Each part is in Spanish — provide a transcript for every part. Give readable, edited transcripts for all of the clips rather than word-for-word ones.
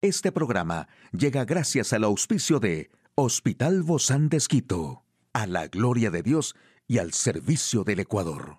Este programa llega gracias al auspicio de Hospital Bozán de Esquito, a la gloria de Dios y al servicio del Ecuador.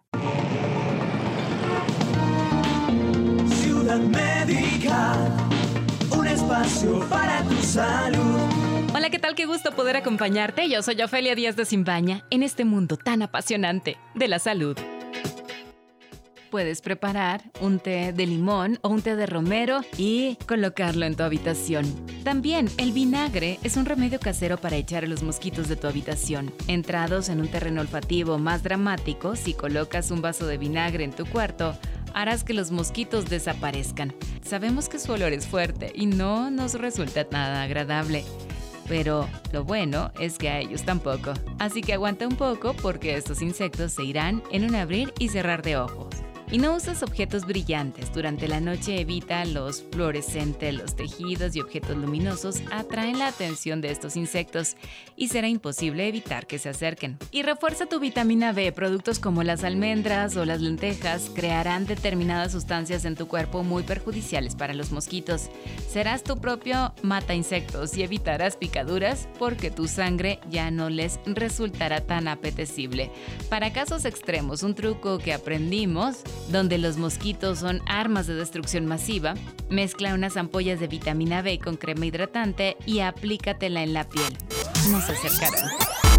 Ciudad Médica, un espacio para tu salud. Hola, ¿qué tal? Qué gusto poder acompañarte. Yo soy Ofelia Díaz de Simbaña en este mundo tan apasionante de la salud. Puedes preparar un té de limón o un té de romero y colocarlo en tu habitación. También el vinagre es un remedio casero para echar a los mosquitos de tu habitación. Entrados en un terreno olfativo más dramático, si colocas un vaso de vinagre en tu cuarto, harás que los mosquitos desaparezcan. Sabemos que su olor es fuerte y no nos resulta nada agradable. Pero lo bueno es que a ellos tampoco. Así que aguanta un poco porque estos insectos se irán en un abrir y cerrar de ojos. Y no uses objetos brillantes. Durante la noche evita los fluorescentes, los tejidos y objetos luminosos atraen la atención de estos insectos y será imposible evitar que se acerquen. Y refuerza tu vitamina B. Productos como las almendras o las lentejas crearán determinadas sustancias en tu cuerpo muy perjudiciales para los mosquitos. Serás tu propio mata insectos y evitarás picaduras porque tu sangre ya no les resultará tan apetecible. Para casos extremos, un truco que aprendimos donde los mosquitos son armas de destrucción masiva, mezcla unas ampollas de vitamina B con crema hidratante y aplícatela en la piel. No se acercarán.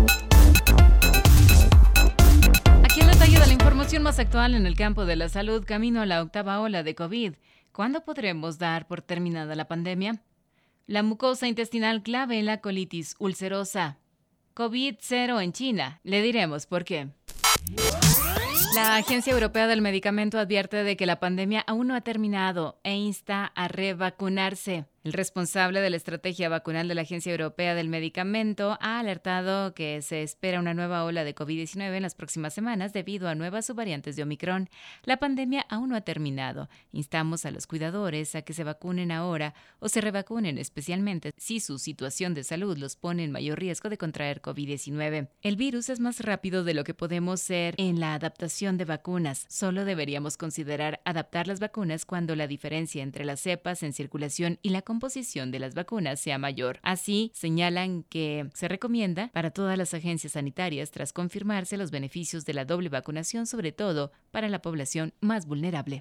Aquí el detalle de la información más actual en el campo de la salud, camino a la octava ola de COVID. ¿Cuándo podremos dar por terminada la pandemia? La mucosa intestinal clave en la colitis ulcerosa. COVID-0 en China. Le diremos por qué. La Agencia Europea del Medicamento advierte de que la pandemia aún no ha terminado e insta a revacunarse. El responsable de la estrategia vacunal de la Agencia Europea del Medicamento ha alertado que se espera una nueva ola de COVID-19 en las próximas semanas debido a nuevas subvariantes de Omicron. La pandemia aún no ha terminado. Instamos a los cuidadores a que se vacunen ahora o se revacunen, especialmente si su situación de salud los pone en mayor riesgo de contraer COVID-19. El virus es más rápido de lo que podemos ser en la adaptación de vacunas. Solo deberíamos considerar adaptar las vacunas cuando la diferencia entre las cepas en circulación y la composición de las vacunas sea mayor. Así, señalan que se recomienda para todas las agencias sanitarias tras confirmarse los beneficios de la doble vacunación, sobre todo para la población más vulnerable.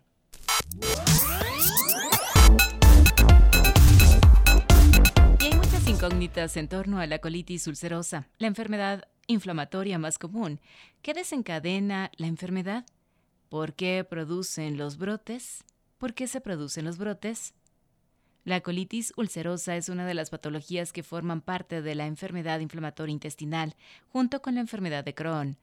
Y hay muchas incógnitas en torno a la colitis ulcerosa, la enfermedad inflamatoria más común. ¿Qué desencadena la enfermedad? ¿Por qué producen los brotes? ¿Por qué se producen los brotes? La colitis ulcerosa es una de las patologías que forman parte de la enfermedad inflamatoria intestinal, junto con la enfermedad de Crohn.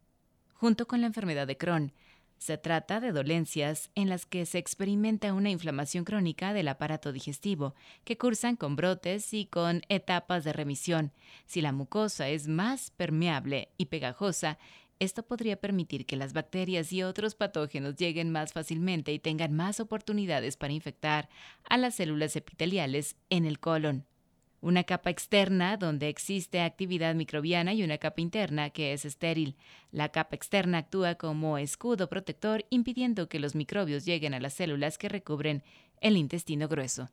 Se trata de dolencias en las que se experimenta una inflamación crónica del aparato digestivo, que cursan con brotes y con etapas de remisión. Si la mucosa es más permeable y pegajosa, esto podría permitir que las bacterias y otros patógenos lleguen más fácilmente y tengan más oportunidades para infectar a las células epiteliales en el colon. Una capa externa donde existe actividad microbiana y una capa interna que es estéril. La capa externa actúa como escudo protector, impidiendo que los microbios lleguen a las células que recubren el intestino grueso.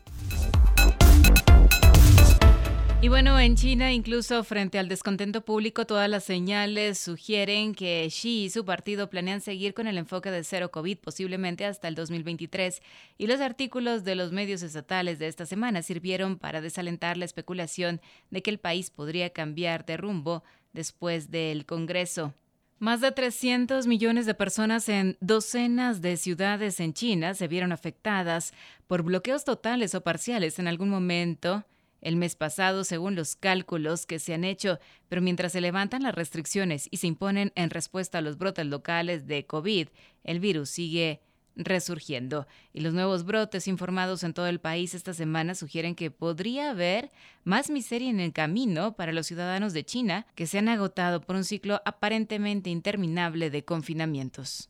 Y bueno, en China, incluso frente al descontento público, todas las señales sugieren que Xi y su partido planean seguir con el enfoque de cero COVID posiblemente hasta el 2023. Y los artículos de los medios estatales de esta semana sirvieron para desalentar la especulación de que el país podría cambiar de rumbo después del Congreso. Más de 300 millones de personas en docenas de ciudades en China se vieron afectadas por bloqueos totales o parciales en algún momento el mes pasado, según los cálculos que se han hecho, pero mientras se levantan las restricciones y se imponen en respuesta a los brotes locales de COVID, el virus sigue resurgiendo. Y los nuevos brotes informados en todo el país esta semana sugieren que podría haber más miseria en el camino para los ciudadanos de China que se han agotado por un ciclo aparentemente interminable de confinamientos.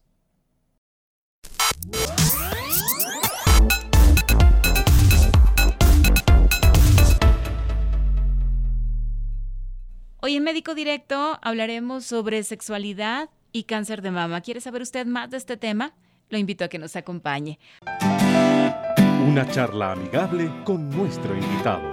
Hoy en Médico Directo hablaremos sobre sexualidad y cáncer de mama. ¿Quiere saber usted más de este tema? Lo invito a que nos acompañe. Una charla amigable con nuestro invitado.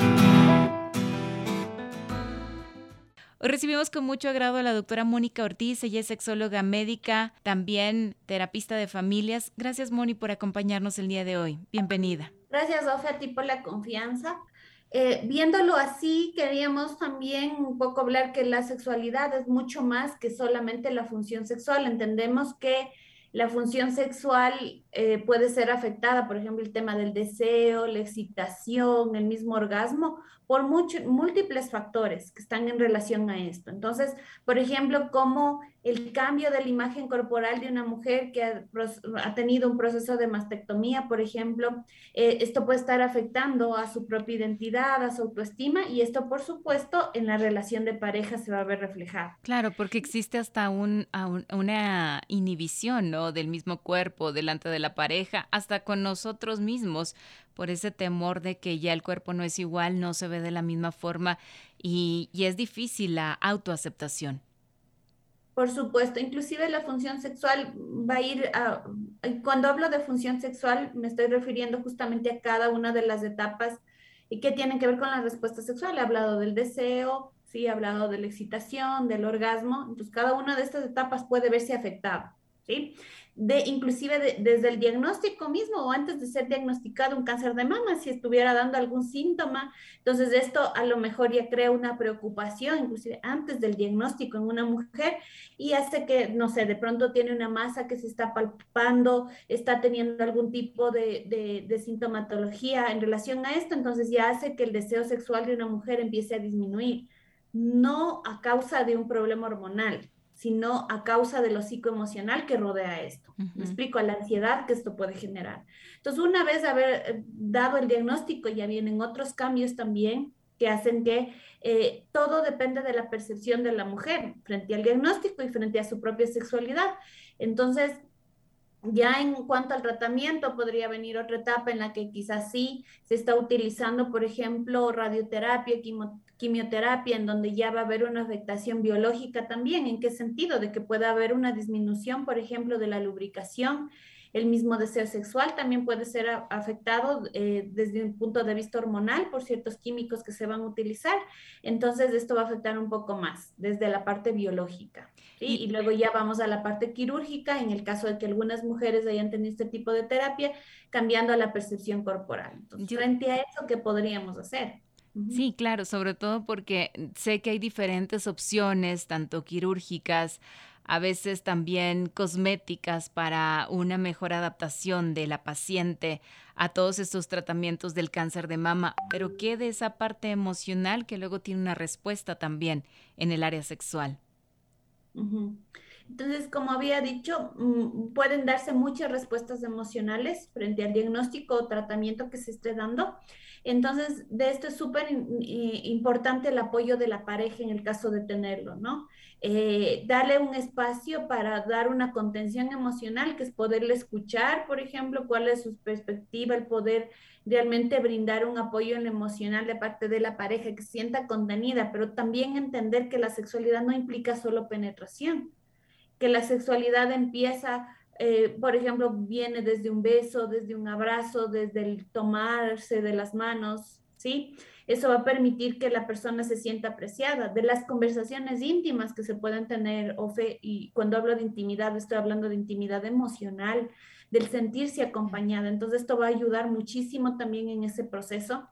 Hoy recibimos con mucho agrado a la doctora Mónica Ortiz. Ella es sexóloga médica, también terapista de familias. Gracias, Moni, por acompañarnos el día de hoy. Bienvenida. Gracias, Ofe, a ti por la confianza. Viéndolo así, queríamos también un poco hablar que la sexualidad es mucho más que solamente la función sexual. Entendemos que la función sexual puede ser afectada, por ejemplo, el tema del deseo, la excitación, el mismo orgasmo, por múltiples factores que están en relación a esto. Entonces, por ejemplo, como el cambio de la imagen corporal de una mujer que ha tenido un proceso de mastectomía, por ejemplo, esto puede estar afectando a su propia identidad, a su autoestima, y esto, por supuesto, en la relación de pareja se va a ver reflejado. Claro, porque existe hasta una inhibición, ¿no?, del mismo cuerpo delante de la pareja, hasta con nosotros mismos, por ese temor de que ya el cuerpo no es igual, no se ve de la misma forma y es difícil la autoaceptación. Por supuesto, inclusive la función sexual va a ir cuando hablo de función sexual, me estoy refiriendo justamente a cada una de las etapas y que tienen que ver con la respuesta sexual. He hablado del deseo, sí, he hablado de la excitación, del orgasmo. Entonces, cada una de estas etapas puede verse afectada, ¿sí? Inclusive desde el diagnóstico mismo o antes de ser diagnosticado un cáncer de mama, si estuviera dando algún síntoma, entonces esto a lo mejor ya crea una preocupación, inclusive antes del diagnóstico en una mujer, y hace que, no sé, de pronto tiene una masa que se está palpando, está teniendo algún tipo de sintomatología en relación a esto, entonces ya hace que el deseo sexual de una mujer empiece a disminuir, no a causa de un problema hormonal, sino a causa de lo psicoemocional que rodea esto. Me explico, a la ansiedad que esto puede generar. Entonces, una vez haber dado el diagnóstico, ya vienen otros cambios también que hacen que todo depende de la percepción de la mujer frente al diagnóstico y frente a su propia sexualidad. Entonces, ya en cuanto al tratamiento, podría venir otra etapa en la que quizás sí se está utilizando, por ejemplo, radioterapia, quimioterapia, en donde ya va a haber una afectación biológica también. ¿En qué sentido? De que pueda haber una disminución, por ejemplo, de la lubricación. El mismo deseo sexual también puede ser afectado desde un punto de vista hormonal por ciertos químicos que se van a utilizar. Entonces, esto va a afectar un poco más desde la parte biológica, ¿sí? Y luego ya vamos a la parte quirúrgica, en el caso de que algunas mujeres hayan tenido este tipo de terapia, cambiando a la percepción corporal. Entonces, frente a eso, ¿qué podríamos hacer? Sí, claro, sobre todo porque sé que hay diferentes opciones, tanto quirúrgicas, a veces también cosméticas para una mejor adaptación de la paciente a todos estos tratamientos del cáncer de mama, pero ¿qué de esa parte emocional que luego tiene una respuesta también en el área sexual? Entonces, como había dicho, pueden darse muchas respuestas emocionales frente al diagnóstico o tratamiento que se esté dando. Entonces, de esto es súper importante el apoyo de la pareja en el caso de tenerlo, ¿no? Darle un espacio para dar una contención emocional, que es poderle escuchar, por ejemplo, cuál es su perspectiva, el poder realmente brindar un apoyo en lo emocional de parte de la pareja, que se sienta contenida, pero también entender que la sexualidad no implica solo penetración, que la sexualidad empieza, por ejemplo, viene desde un beso, desde un abrazo, desde el tomarse de las manos, ¿sí? Eso va a permitir que la persona se sienta apreciada, de las conversaciones íntimas que se pueden tener, Ofe, y cuando hablo de intimidad, estoy hablando de intimidad emocional, del sentirse acompañada. Entonces, esto va a ayudar muchísimo también en ese proceso.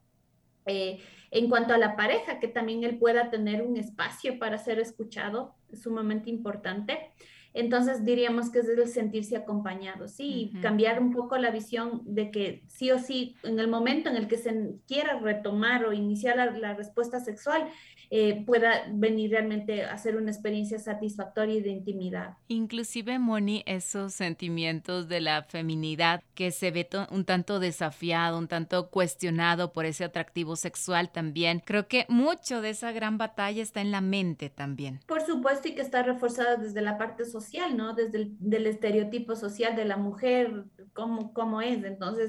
En cuanto a la pareja, que también él pueda tener un espacio para ser escuchado, es sumamente importante. Entonces diríamos que es el sentirse acompañado, sí, cambiar un poco la visión de que sí o sí, en el momento en el que se quiera retomar o iniciar la respuesta sexual, pueda venir realmente a ser una experiencia satisfactoria y de intimidad. Inclusive, Moni, esos sentimientos de la feminidad que se ve un tanto desafiado, un tanto cuestionado por ese atractivo sexual también. Creo que mucho de esa gran batalla está en la mente también. Por supuesto, y que está reforzada desde la parte social, ¿no? Desde del estereotipo social de la mujer, cómo es. Entonces,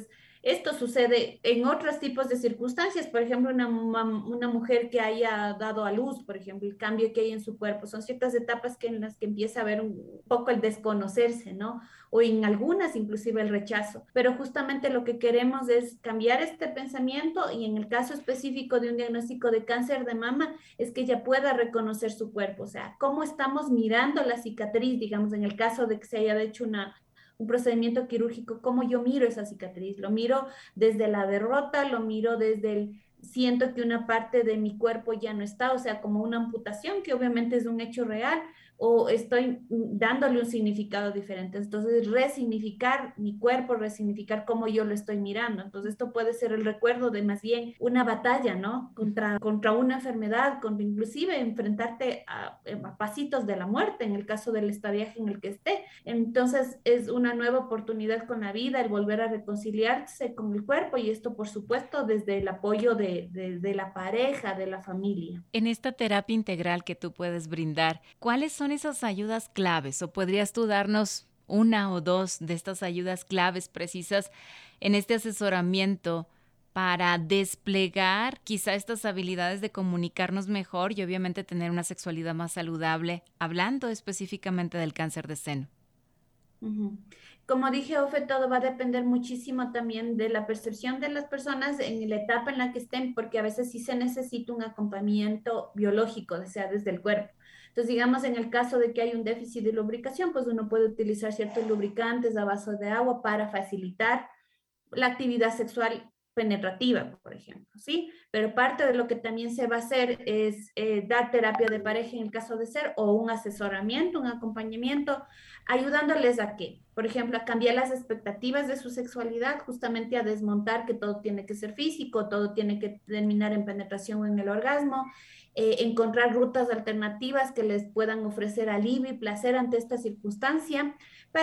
Esto sucede en otros tipos de circunstancias, por ejemplo, una mujer que haya dado a luz, por ejemplo, el cambio que hay en su cuerpo, son ciertas etapas en las que empieza a haber un poco el desconocerse, ¿no? O en algunas inclusive el rechazo, pero justamente lo que queremos es cambiar este pensamiento y en el caso específico de un diagnóstico de cáncer de mama es que ella pueda reconocer su cuerpo, o sea, cómo estamos mirando la cicatriz, digamos, en el caso de que se haya hecho un procedimiento quirúrgico, cómo yo miro esa cicatriz, lo miro desde la derrota, lo miro desde siento que una parte de mi cuerpo ya no está, o sea, como una amputación, que obviamente es un hecho real, o estoy dándole un significado diferente. Entonces, resignificar mi cuerpo, resignificar cómo yo lo estoy mirando. Entonces, esto puede ser el recuerdo de más bien una batalla, ¿no? Contra una enfermedad, inclusive enfrentarte a pasitos de la muerte, en el caso del estadiaje en el que esté. Entonces, es una nueva oportunidad con la vida, el volver a reconciliarse con el cuerpo y esto, por supuesto, desde el apoyo de la pareja, de la familia. En esta terapia integral que tú puedes brindar, ¿cuáles son esas ayudas claves? ¿O podrías tú darnos una o dos de estas ayudas claves precisas en este asesoramiento para desplegar quizá estas habilidades de comunicarnos mejor y obviamente tener una sexualidad más saludable, hablando específicamente del cáncer de seno? Uh-huh. Como dije, Ofe, todo va a depender muchísimo también de la percepción de las personas en la etapa en la que estén, porque a veces sí se necesita un acompañamiento biológico, o sea, desde el cuerpo. Entonces, digamos, en el caso de que hay un déficit de lubricación, pues uno puede utilizar ciertos lubricantes a base de agua para facilitar la actividad sexual penetrativa, por ejemplo, ¿sí? Pero parte de lo que también se va a hacer es dar terapia de pareja en el caso de ser, o un asesoramiento, un acompañamiento, ayudándoles a qué, por ejemplo, a cambiar las expectativas de su sexualidad, justamente a desmontar que todo tiene que ser físico, todo tiene que terminar en penetración o en el orgasmo, encontrar rutas alternativas que les puedan ofrecer alivio y placer ante esta circunstancia,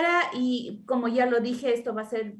y como ya lo dije, esto va a ser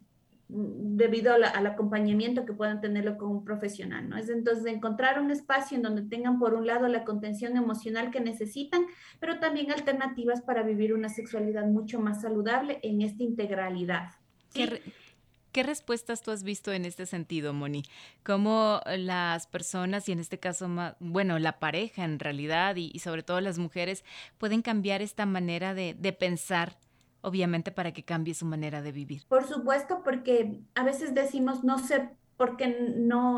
debido al acompañamiento que puedan tenerlo con un profesional, ¿no? Es entonces encontrar un espacio en donde tengan por un lado la contención emocional que necesitan, pero también alternativas para vivir una sexualidad mucho más saludable en esta integralidad, ¿sí? ¿Qué respuestas tú has visto en este sentido, Moni? ¿Cómo las personas, y en este caso, bueno, la pareja en realidad, y sobre todo las mujeres, pueden cambiar esta manera de pensar, obviamente para que cambie su manera de vivir? Por supuesto, porque a veces decimos, no sé por qué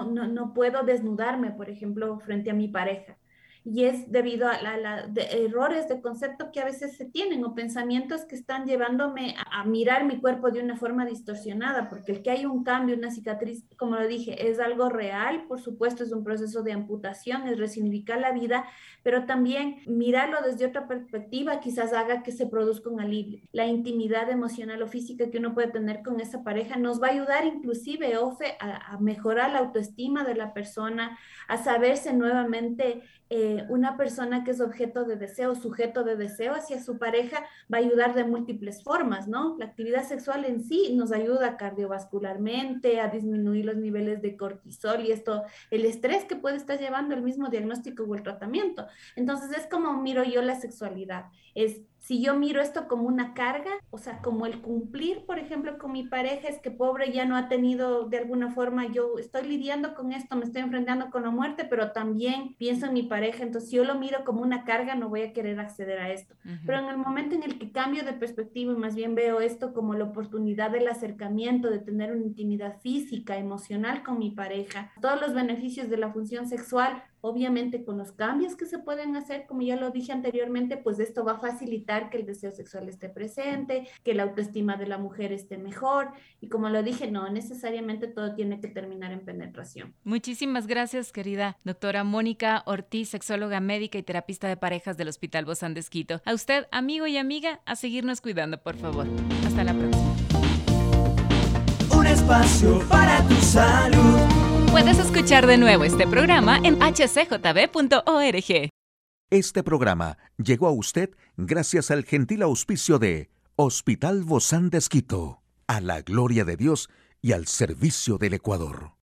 no puedo desnudarme, por ejemplo, frente a mi pareja. Y es debido a errores de concepto que a veces se tienen o pensamientos que están llevándome a mirar mi cuerpo de una forma distorsionada, porque el que hay un cambio, una cicatriz, como lo dije, es algo real, por supuesto, es un proceso de amputación, es resignificar la vida, pero también mirarlo desde otra perspectiva quizás haga que se produzca un alivio. La intimidad emocional o física que uno puede tener con esa pareja nos va a ayudar inclusive, Ofe, a mejorar la autoestima de la persona, a saberse nuevamente una persona que es objeto de deseo, sujeto de deseo hacia su pareja, va a ayudar de múltiples formas, ¿no? La actividad sexual en sí nos ayuda cardiovascularmente, a disminuir los niveles de cortisol y el estrés que puede estar llevando el mismo diagnóstico o el tratamiento. Entonces es como miro yo la sexualidad, si yo miro esto como una carga, o sea, como el cumplir, por ejemplo, con mi pareja, es que pobre ya no ha tenido, de alguna forma, yo estoy lidiando con esto, me estoy enfrentando con la muerte, pero también pienso en mi pareja, entonces si yo lo miro como una carga, no voy a querer acceder a esto. Uh-huh. Pero en el momento en el que cambio de perspectiva y más bien veo esto como la oportunidad del acercamiento, de tener una intimidad física, emocional con mi pareja, todos los beneficios de la función sexual, obviamente con los cambios que se pueden hacer, como ya lo dije anteriormente, pues esto va a facilitar que el deseo sexual esté presente, que la autoestima de la mujer esté mejor y como lo dije, no necesariamente todo tiene que terminar en penetración. Muchísimas gracias, querida doctora Mónica Ortiz, sexóloga médica y terapista de parejas del Hospital Bozán de Esquito. A usted, amigo y amiga, a seguirnos cuidando, por favor. Hasta la próxima. Un espacio para tu salud. Puedes escuchar de nuevo este programa en hcjb.org. Este programa llegó a usted gracias al gentil auspicio de Hospital Bozán de Esquito, a la gloria de Dios y al servicio del Ecuador.